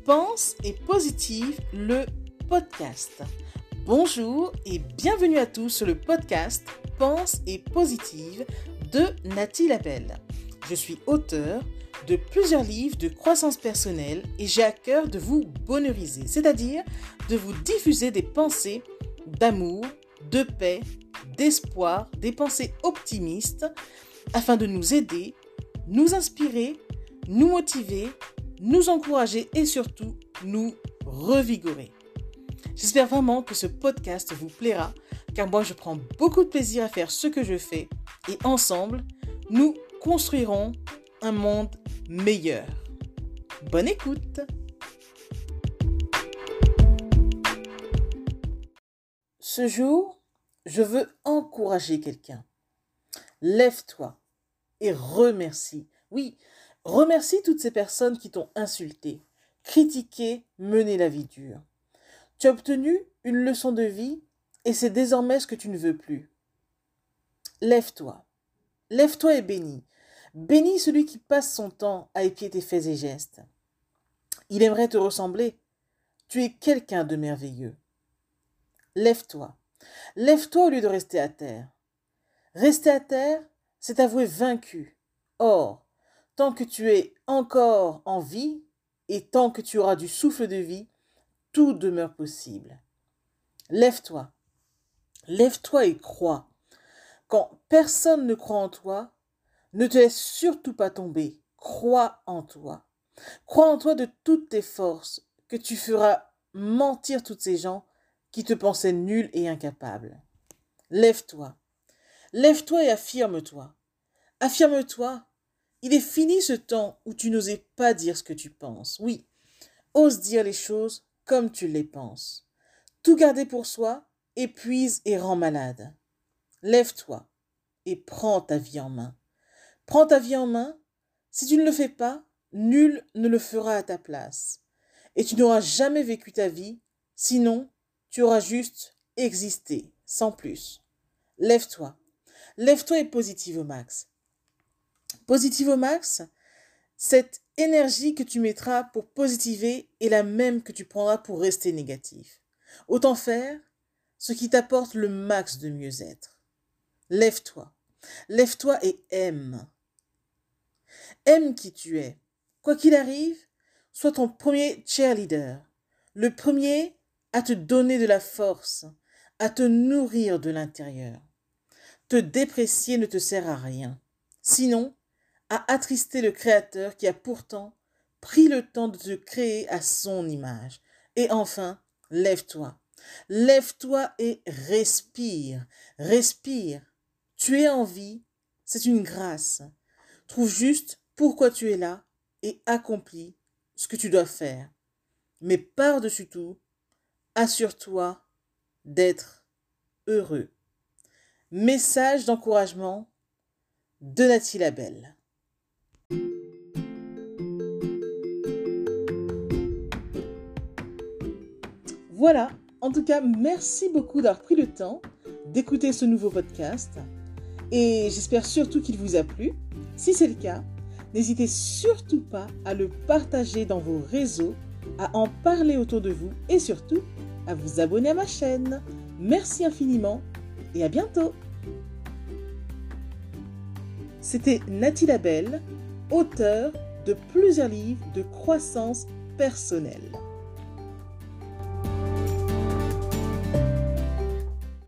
Pense et Positive, le podcast. Bonjour et bienvenue à tous sur le podcast Pense et Positive de Nathalie Labelle. Je suis auteure de plusieurs livres de croissance personnelle et j'ai à cœur de vous bonheuriser, c'est-à-dire de vous diffuser des pensées d'amour, de paix, d'espoir, des pensées optimistes afin de nous aider, nous inspirer, nous motiver, nous encourager et surtout nous revigorer. J'espère vraiment que ce podcast vous plaira car moi je prends beaucoup de plaisir à faire ce que je fais et ensemble nous construirons un monde meilleur. Bonne écoute! Ce jour, je veux encourager quelqu'un. Lève-toi et remercie. Oui, remercie toutes ces personnes qui t'ont insulté, critiqué, mené la vie dure. Tu as obtenu une leçon de vie et c'est désormais ce que tu ne veux plus. Lève-toi. Lève-toi et bénis. Bénis celui qui passe son temps à épier tes faits et gestes. Il aimerait te ressembler. Tu es quelqu'un de merveilleux. Lève-toi. Lève-toi au lieu de rester à terre. Rester à terre, c'est t'avouer vaincu. Or, tant que tu es encore en vie et tant que tu auras du souffle de vie, tout demeure possible. Lève-toi. Lève-toi et crois. Quand personne ne croit en toi, ne te laisse surtout pas tomber. Crois en toi. Crois en toi de toutes tes forces, que tu feras mentir toutes ces gens qui te pensaient nul et incapable. Lève-toi. Lève-toi et affirme-toi. Affirme-toi. Il est fini ce temps où tu n'osais pas dire ce que tu penses. Oui, ose dire les choses comme tu les penses. Tout garder pour soi épuise et rend malade. Lève-toi et prends ta vie en main. Prends ta vie en main. Si tu ne le fais pas, nul ne le fera à ta place. Et tu n'auras jamais vécu ta vie, sinon tu auras juste existé, sans plus. Lève-toi. Lève-toi et positive au max. Positive au max, cette énergie que tu mettras pour positiver est la même que tu prendras pour rester négatif. Autant faire ce qui t'apporte le max de mieux-être. Lève-toi. Lève-toi et aime. Aime qui tu es. Quoi qu'il arrive, sois ton premier cheerleader. Le premier à te donner de la force, à te nourrir de l'intérieur. Te déprécier ne te sert à rien. Sinon, à attrister le Créateur qui a pourtant pris le temps de te créer à son image. Et enfin, lève-toi. Lève-toi et respire. Respire. Tu es en vie, c'est une grâce. Trouve juste pourquoi tu es là et accomplis ce que tu dois faire. Mais par-dessus tout, assure-toi d'être heureux. Message d'encouragement de Nathalie Labelle. Voilà, en tout cas, merci beaucoup d'avoir pris le temps d'écouter ce nouveau podcast et j'espère surtout qu'il vous a plu. Si c'est le cas, n'hésitez surtout pas à le partager dans vos réseaux, à en parler autour de vous et surtout à vous abonner à ma chaîne. Merci infiniment et à bientôt. C'était Nathalie Labelle, auteure de plusieurs livres de croissance personnelle.